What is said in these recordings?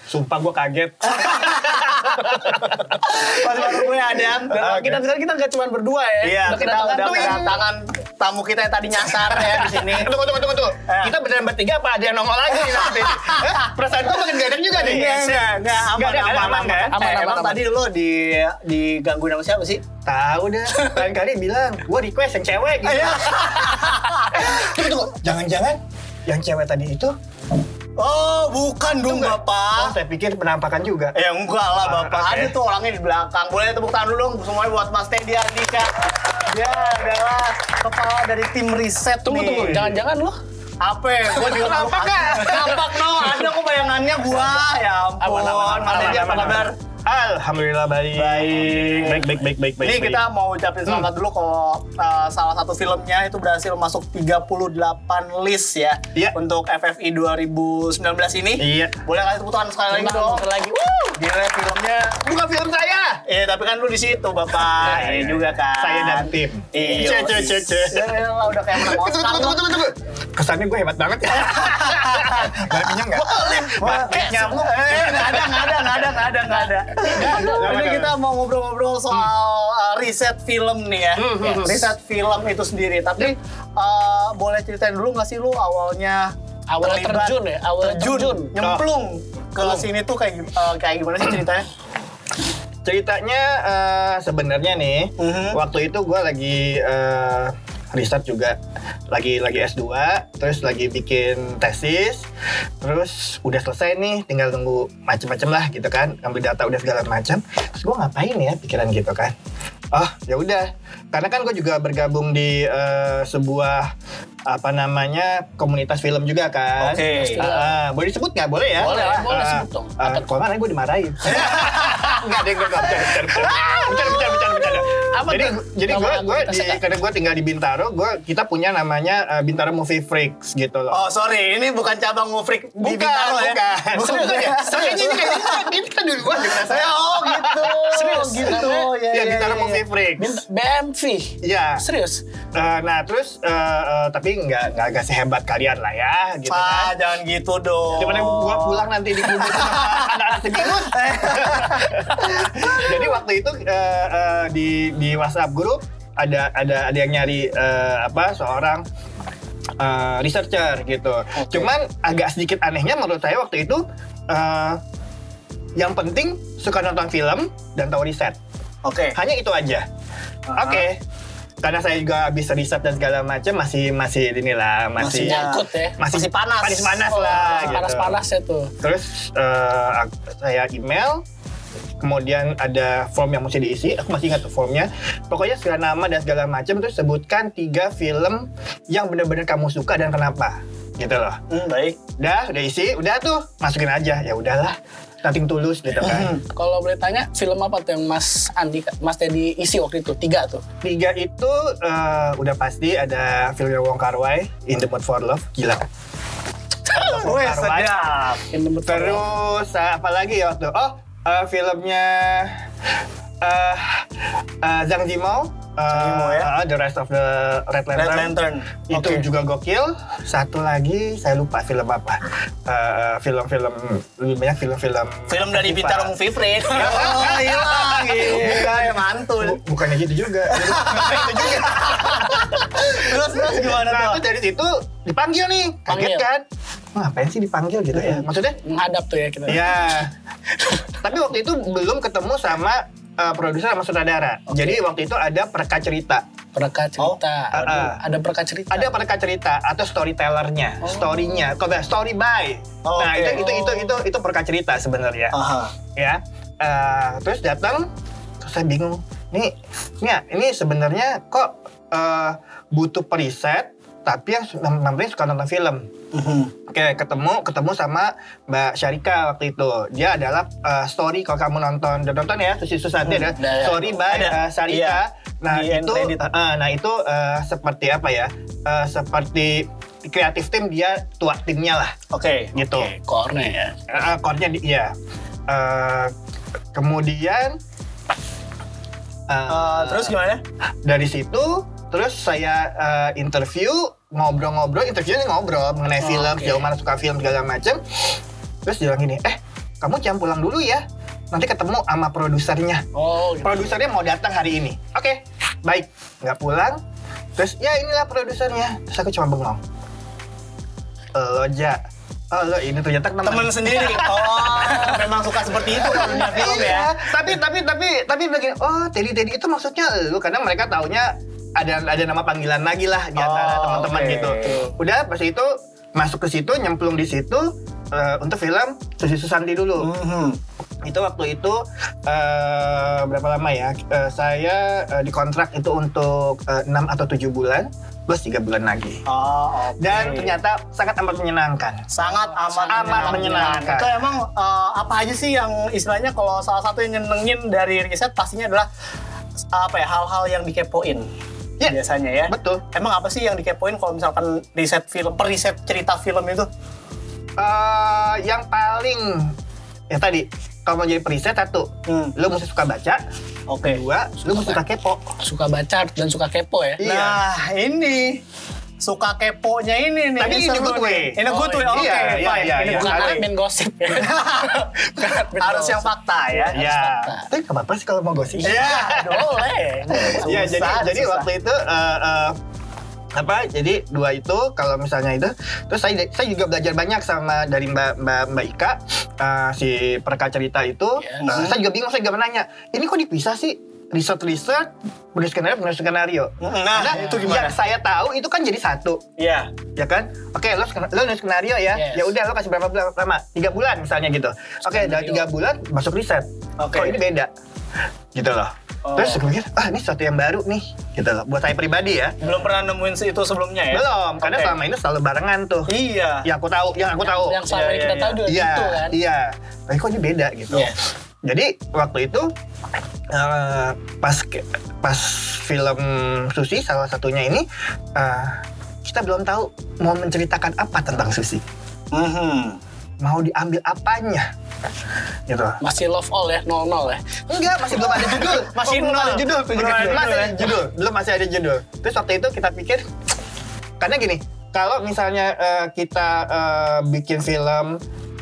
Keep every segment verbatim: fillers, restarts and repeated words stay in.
Sumpah gue kaget. Pas baru gue Adam. Okay. Kita sekarang kita nggak cuma berdua ya. Iya, udah kita kedatangan udah tuh kedatangan tamu kita yang tadi nyasar ya di sini. Tunggu, tunggu, tunggu, tunggu. Eh. Kita beneran bertiga apa ada yang nongol lagi nih nanti? Eh, perasaan gue makin gak enak juga nih. Enggak, enggak, enggak, aman, Nggak ada, aman, aman, aman, kan? aman, Eh, aman, emang aman. Tadi lo di digangguin sama siapa sih? Tahu deh. Lain kali bilang, gue request yang cewek gitu. Iya. Tunggu, tunggu. Jangan-jangan yang cewek tadi itu Oh, bukan dong, enggak? Oh, Bapak. saya pikir penampakan juga. Ya enggak lah, Ah, Bapak. oke. Ada tuh orangnya di belakang. Boleh tepuk tangan dulu dong semuanya buat Mas Teddy Andika. Dia adalah kepala dari tim riset Tunggu, nih. tunggu. Jangan-jangan lo Apa? Gua juga nggak Nampak nggak? Nampak no, ada kok bayangannya gua. Ya ampun. Aman, aman, Mas aman, Teddy apa aman, kabar? aman. Alhamdulillah baik. Baik. Baik, baik, baik, baik, baik. Ini baik. kita mau ucapin selamat dulu kalau uh, salah satu filmnya itu berhasil masuk tiga puluh delapan list ya. Iya. Untuk F F I dua ribu sembilan belas ini. Iya. Boleh kasih tepuk tangan sekali lagi Tepuk dong. tangan lagi. Wuh, gila filmnya. Bukan film saya. Eh, tapi kan lu di situ, Bapak. Iya, Ini iya. juga kan. Saya dan tim. Iya. Ce, ce, ce, ce. Ya lah, udah kayak menang Tunggu, Oscar. tunggu, tunggu, tunggu, tunggu. Kesannya gue hebat banget ya. Baliknya enggak? Baliknya Eh, nggak ada, nggak ada, nggak ada, nggak ada, nggak ada. Ini kita mau ngobrol-ngobrol soal uh, riset film nih ya. Hmm, hmm, hmm. Riset film itu sendiri. Tapi uh, boleh ceritain dulu nggak sih lu awalnya Awalnya terlibat, terjun ya, awalnya terjun. nyemplung ke Belum. sini tuh kayak gim- uh, kayak gimana sih ceritanya? Ceritanya eh, sebenarnya nih, Mhm. waktu itu gue lagi eh, riset juga, lagi lagi S dua, terus lagi bikin tesis, terus udah selesai nih, tinggal tunggu macem-macem lah gitu kan, ambil data udah segala macam. Terus gue ngapain ya pikiran gitu kan? Oh ya udah, karena kan gue juga bergabung di eh, sebuah apa namanya komunitas film juga kan. Oke. Ah, ah, boleh disebut nggak? Boleh ya? Boleh, boleh Ah, sebut dong. ah, Apa tuh? kalau nggak gue dimarahin. Enggak deh, enggak, enggak, bercanda, bercanda, bercanda, bercanda, bercanda, bercanda. Apa Jadi, tuh? jadi Nama gue, gue komunitasnya, di, Kak? karena gue tinggal di Bintaro, gue kita punya namanya uh, Bintaro Movie Freaks gitu loh. Oh sorry, ini bukan cabang Mufrik di bukan, Bintaro ya? bukan. Serius aja. Soalnya ini kayaknya ini kan duluan di Saya oh gitu. Serius? gitu. Namanya- Ya, ya, ya, Bintaro ya, Movie ya. Freaks. B M V. Iya. Serius? Uh, nah terus, uh, uh, tapi nggak nggak nggak sehebat kalian lah ya, gitu Ah, kan. jangan gitu dong. Daripada gue pulang nanti di kubur sama anak-anak sebingus. Jadi waktu itu uh, uh, di di WhatsApp grup ada ada ada yang nyari uh, apa seorang uh, researcher gitu. Cuman agak sedikit anehnya menurut saya waktu itu uh, yang penting suka nonton film dan tahu riset. Oke. Hanya itu aja. Aha. Oke. Karena saya juga habis riset dan segala macam masih masih inilah masih Masih nyangkut ya? Masih panas. panas-panas Oh, lah gitu. panas-panasnya tuh. Terus eh, ak- saya email, kemudian ada form yang mesti diisi. Aku masih ingat tuh formnya. Pokoknya segala nama dan segala macam, terus sebutkan tiga film yang benar-benar kamu suka dan kenapa, gitu loh. Hmm, baik. Udah, udah isi, udah tuh masukin aja. Ya udahlah, nothing tulus gitu kan. Kalau boleh tanya, film apa tuh yang Mas Andi, Mas Teddy isi waktu itu? Tiga tuh. Tiga itu eh, udah pasti ada filmnya Wong Kar-wai, In the Mood for Love, gila. Wong Wih, Kar-wai. sedap. In the Mood for Love. Terus apa lagi ya waktu? Oh, eh, filmnya eh eh, Zhang Yimou, eh, Yimou ya? eh, The Rise of the Red Lantern. Red Lantern. Itu Oke. juga gokil. Satu lagi saya lupa film apa. Eh, film-film lebih banyak film-film. Film dari festival. Bintaro Movie Freak. Oh, hilang. Gila, ya mantul. Bu- bukannya gitu juga. Itu juga. Terus terus gimana Nah, tuh? itu dari situ dipanggil nih. Kaget Panggil. kan? Wah, ngapain sih dipanggil gitu ya? Maksudnya? Menghadap tuh ya kita. Ya. Tapi waktu itu belum ketemu sama uh, produser sama sutradara. Jadi waktu itu ada pereka cerita. Pereka cerita. Oh, Aduh, uh-uh. ada pereka cerita. Ada pereka cerita atau storytellernya, storynya, kok nggak, story by. Oh, Nah oke. itu itu itu itu itu pereka cerita sebenarnya. Aha. Ya. Uh, terus datang, terus saya bingung. Nih, nih ini sebenarnya kok uh, butuh periset, tapi yang su- namanya suka nonton film. Mhm. Oke, ketemu ketemu sama Mbak Syarika waktu itu. Dia adalah uh, story kalau kamu nonton, udah nonton ya, Susi Susanti ada Hmm, ada, ya. story by Ada. uh, Syarika. Iya. Nah Di end itu, credit. uh, uh, nah itu uh, seperti apa ya? Uh, seperti kreatif tim dia tua timnya lah, Oke. gitu. Oke, core-nya ya. Uh, core-nya di, iya. Uh, kemudian uh, Eh, terus gimana? dari situ terus saya uh, interview, ngobrol-ngobrol, interviewnya ngobrol mengenai Oh, film, oke. sejauh mana suka film segala macam. Terus dia bilang gini, eh kamu jangan pulang dulu ya. Nanti ketemu sama produsernya. Oh, gitu. Produsernya mau datang hari ini. Oke, baik. Nggak pulang. Terus ya inilah produsernya. Terus aku cuma bengong. Lo Ja. Oh lo ini ternyata teman. Temen sendiri. Oh, memang suka seperti itu kalau dunia film ya. Tapi tapi tapi tapi begini. Oh Teddy Teddy itu maksudnya lu. Karena mereka taunya ada ada nama panggilan lagi lah di antara Oh, teman-teman oke. gitu. Udah pas itu masuk ke situ, nyemplung di situ uh, untuk film Susi Susanti dulu. Mhm. Itu waktu itu uh, berapa lama ya? Uh, saya uh, dikontrak itu untuk uh, enam atau tujuh bulan plus tiga bulan lagi. Oh, oke. Dan ternyata sangat amat menyenangkan. sangat amat, Amat menyenangkan. Itu emang uh, apa aja sih yang istilahnya kalau salah satu yang nyenengin dari riset pastinya adalah apa ya, hal-hal yang dikepoin. Ya, Biasanya ya. betul. Emang apa sih yang dikepoin kalau misalkan riset film, periset cerita film itu? Uh, yang paling ya tadi kalau mau jadi periset satu, Hmm. lu mesti suka baca. Oke. Dua, lu mesti suka kepo. Suka baca dan suka kepo ya. Iya. Nah, ini suka keponya ini nih. Tapi in a seru good nih. way. In a good Oh, way. Oke, iya, iya, fine. iya, In a iya. good Bukan way. admin gosip ya. Bukan admin Harus gosip. yang fakta ya. Ya, fakta. tapi nggak apa-apa sih kalau mau gosip. Iya, Boleh. Ya, Susah, jadi jadi susah. waktu itu uh, uh, apa? Jadi dua itu kalau misalnya itu, terus saya saya juga belajar banyak sama dari Mbak Mbak Mbak Ika uh, si pereka cerita itu. Yes. Uh, saya juga bingung, saya juga menanya, ini kok dipisah sih? Riset riset, penulis skenario, penulis skenario. Nah, Karena itu gimana? yang saya tahu itu kan jadi satu. Iya. Ya kan? Oke, lo skena- lo nulis skenario ya. Yes. Ya udah lo kasih berapa bulan lama? Tiga bulan misalnya gitu. Oke, dari Skenario. tiga bulan masuk riset. Oke. Kok ini beda? Gitu loh. Oh. Terus saya pikir, ah ini sesuatu yang baru nih. Gitu loh. Buat saya pribadi ya. Belum pernah nemuin itu sebelumnya ya? Belum, karena Oke. selama ini selalu barengan tuh. Iya. Yang aku tahu, yang aku tahu. Yang selama Iya, ini kita iya, tahu juga Iya, gitu kan. iya. Tapi kok ini beda gitu. Iya. Jadi waktu itu eh, pas pas film Susi salah satunya ini eh, kita belum tahu mau menceritakan apa tentang Susi. Mhm. Mau diambil apanya gitu. Masih love all ya, nol nol ya. Enggak, masih belum ada judul. Masih Oh, belum nol. ada judul. Belum ada masih judul ada ya? judul. Belum masih ada judul. Terus waktu itu kita pikir, karena gini, kalau misalnya eh, kita eh, bikin film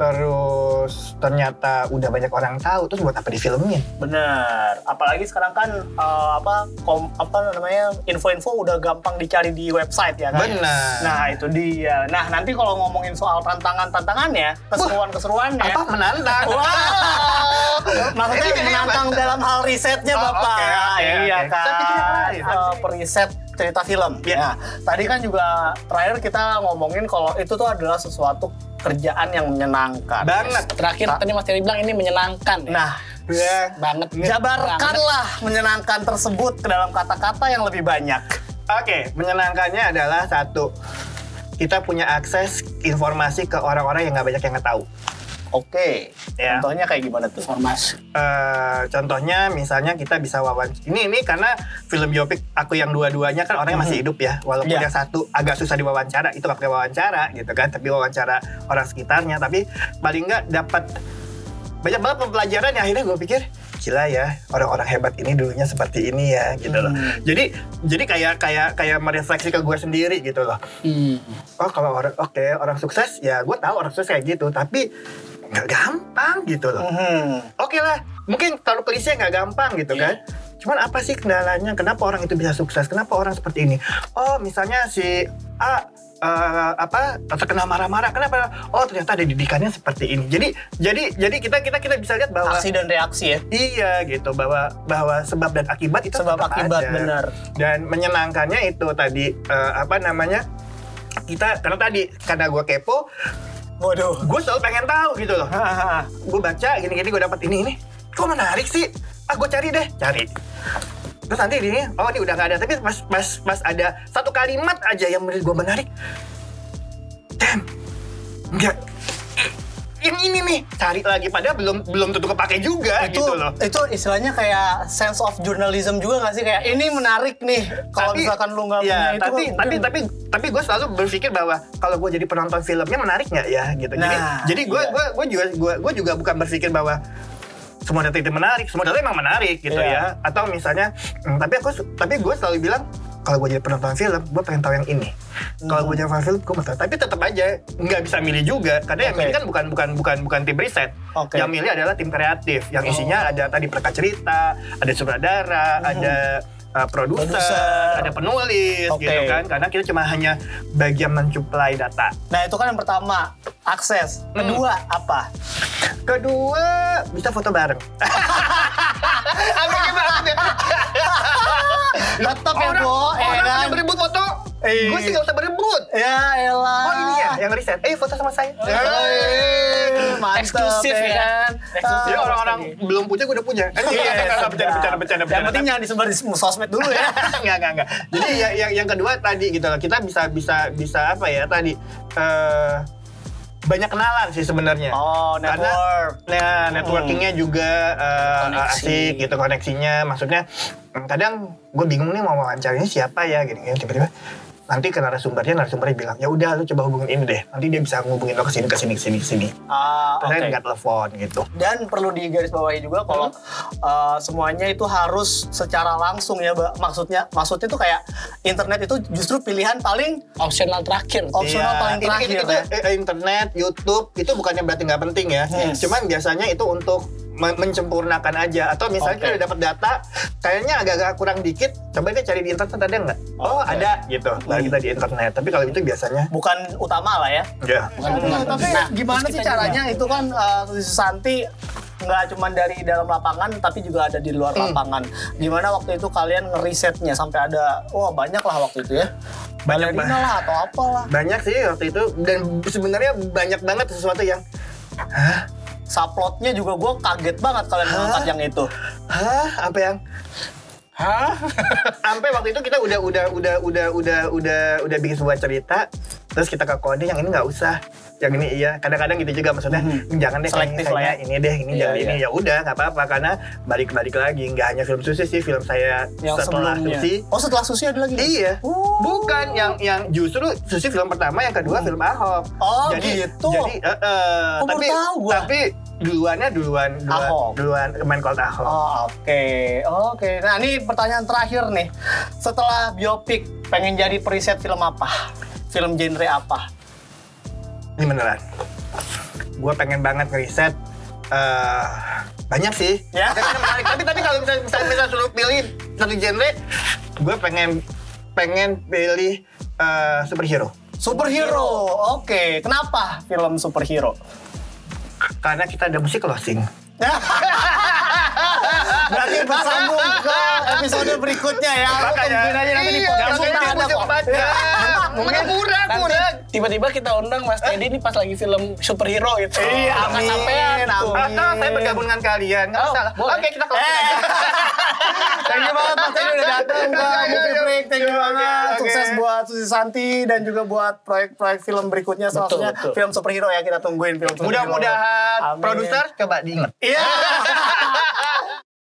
terus ternyata udah banyak orang tahu, terus buat apa difilmin? Bener. Apalagi sekarang kan eh, apa kom, apa namanya info-info udah gampang dicari di website ya kan. Benar. Nah itu dia. Nah nanti kalau ngomongin soal tantangan-tantangannya, keseruan-keseruannya. Apa menantang? Wow. Maksudnya Ini menantang apa? dalam hal risetnya Oh, Bapak. oke, oke, Iya oke. kan. Saya pikir yang lain. Eh, periset cerita film. Iya. Nah, tadi kan juga terakhir kita ngomongin kalau itu tuh adalah sesuatu kerjaan yang menyenangkan. Banget. Terakhir tadi Mas Terry bilang ini menyenangkan ya. Nah, Ya. banget. jabarkanlah menyenangkan tersebut ke dalam kata-kata yang lebih banyak. Oke, menyenangkannya adalah satu, kita punya akses informasi ke orang-orang yang nggak banyak yang nggak tahu. Oke, Ya. contohnya kayak gimana tuh? Informasi. Eh, contohnya misalnya kita bisa wawancara. Ini ini karena film biopik aku yang dua-duanya kan orangnya masih hidup ya. Walaupun Iya. yang satu agak susah diwawancara, itu nggak pakai wawancara gitu kan. Tapi wawancara orang sekitarnya. Tapi paling nggak dapat banyak banget pembelajaran yang akhirnya gue pikir gila ya, orang-orang hebat ini dulunya seperti ini ya gitu loh. Hmm. Jadi jadi kayak kayak kayak merefleksi ke gue sendiri gitu loh. Hmm. Oh kalau orang oke orang sukses ya gue tahu orang sukses kayak gitu, tapi nggak gampang gitu loh. Mhm. Oke lah, mungkin terlalu klise nggak gampang gitu Iya. kan. Cuman apa sih kendalanya? Kenapa orang itu bisa sukses? Kenapa orang seperti ini? Oh misalnya si A eh, apa terkenal marah-marah. Kenapa? Oh ternyata ada didikannya seperti ini. Jadi jadi jadi kita kita kita bisa lihat bahwa Aksi dan reaksi ya. iya gitu bahwa bahwa sebab dan akibat itu Sebab tetap akibat, ada. benar. Dan menyenangkannya itu tadi eh, apa namanya? Kita karena tadi karena gue kepo, Waduh. gue selalu pengen tahu gitu loh. Gue baca gini-gini gue dapat ini ini kok menarik sih, ah gue cari deh cari, terus nanti ini oh ini udah gak ada, tapi pas pas pas ada satu kalimat aja yang menurut gue menarik, damn enggak yang ini nih cari lagi, padahal belum belum tentu kepake juga itu gitu loh. itu istilahnya kayak sense of journalism juga nggak sih, kayak ini menarik nih kalau Tapi- misalkan lu nggak ya, punya itu tapi kan tapi mungkin- tapi tapi gue selalu berpikir bahwa kalau gue jadi penonton filmnya menarik nggak ya gitu. Jadi Nah, jadi gue iya. gue gue juga gue gue juga bukan berpikir bahwa semua data itu menarik, semua data emang menarik gitu Iya. ya. Atau misalnya, hmm, tapi aku tapi gue selalu bilang kalau gue jadi penonton film, gue pengen tahu yang ini. Hmm. Kalau gue jadi penonton film, gue mau tahu. Tapi tetap aja nggak bisa milih juga, karena okay. yang milih kan bukan bukan bukan bukan tim riset. Okay. Yang milih adalah tim kreatif, yang isinya oh. ada tadi pereka cerita, ada sutradara, hmm. ada uh, produser, ada penulis, okay. gitu kan. Karena kita cuma hanya bagian mensuplai data. Nah itu kan yang pertama, akses. Kedua hmm. apa? Kedua bisa foto bareng. Apa gimana? Tetap ya, Bo. Orang kan? yang berebut foto. Eh. Gue sih gak usah berebut. Ya elah. Oh ini ya, yang riset. Eh foto sama saya. Oh, eh, mantap. Eksklusif ya kan. Eksklusif. Jadi orang-orang belum punya, gue udah punya. Iya, bercanda-bercanda. Yang penting jangan disebar di sosmed dulu ya. Enggak, enggak, enggak. Jadi yang, yang, yang kedua tadi gitu loh. Kita bisa bisa bisa apa ya tadi. Eh... banyak kenalan sih sebenarnya. Oh, network. Karena, nah, networkingnya hmm. juga uh, asik gitu, koneksinya. Maksudnya kadang gue bingung nih mau wawancaranya siapa ya, gitu. Tiba-tiba nanti ke narasumbernya, narasumbernya bilang, ya udah lu coba hubungin ini deh. Nanti dia bisa ngubungin lo ke sini, ke sini, ke sini, ke sini. Ah, Terus okay. nggak telepon gitu. Dan perlu digarisbawahi juga kalau hmm. uh, semuanya itu harus secara langsung ya, Mbak. Maksudnya, maksudnya tuh kayak internet itu justru pilihan paling opsional terakhir. Opsional iya. paling terakhir. Ini, ini, ini, eh, internet, YouTube itu bukannya berarti nggak penting ya. Hmm. Cuman biasanya itu untuk mencempurnakan aja, atau misalnya okay. kita udah dapat data kayaknya agak-agak kurang dikit, coba deh cari di internet ada nggak? Oh okay. ada gitu, baru hmm. kita di internet. Tapi kalau itu biasanya bukan utama lah ya. Ya. Bukan utama. Tapi nah, gimana sih caranya juga. Itu kan uh, Susanti nggak cuma dari dalam lapangan tapi juga ada di luar hmm. lapangan. Gimana waktu itu kalian ngerisetnya sampai ada, wah banyak lah waktu itu ya. Banyak banget lah atau apalah. Banyak sih waktu itu, dan sebenarnya banyak banget sesuatu yang hah? Subplotnya juga gue kaget banget kalian mengangkat yang itu. Hah? Apa yang? Hah? Sampai waktu itu kita udah udah udah udah udah udah udah bikin sebuah cerita, terus kita ke kode yang ini nggak usah, yang ini iya. Kadang-kadang gitu juga maksudnya, hmm. jangan deh selektif kayaknya, lah ya. ini deh, ini iya, jangan iya. ini ya udah nggak apa-apa, karena balik-balik lagi nggak hanya film Susi sih, film saya yang setelah sebelumnya. Susi. Oh setelah Susi ada lagi? Iya. Oh. Bukan yang yang justru Susi film pertama, yang kedua hmm. film Ahok. Oh jadi, gitu. Jadi uh, uh, oh, tapi tahu gua. tapi duluannya duluan duluan Ahok. duluan main Cold Ahok. Oh oke okay. oke. Okay. Nah ini pertanyaan terakhir nih. Setelah biopik pengen jadi periset film apa? Film genre apa? Ini beneran. Gue pengen banget ngeriset uh, banyak sih. Ya. tapi tapi kalau misalnya misalnya, misalnya suruh pilih satu genre, gue pengen pengen pilih uh, superhero. Superhero. Oke. Okay. Kenapa film superhero? Karena kita ada musik closing. Berarti bersambung ke episode berikutnya ya. Makanya tungguin aja nanti di podcast kita ada kok. Mungkin murah, murah. Tiba-tiba kita undang Mas Teddy nih pas lagi film superhero gitu. Iya, amin. Sampean tuh. Atau saya bergabung dengan kalian. Enggak Oh, masalah. boleh. Oke, kita closing aja. Thank you banget Mas Teddy udah datang ke Movie Break. Thank you banget. Sukses buat Susi Santi dan juga buat proyek-proyek film berikutnya. Salah satunya film superhero ya, kita tungguin film superhero. Mudah-mudahan produser coba diinget. Iya.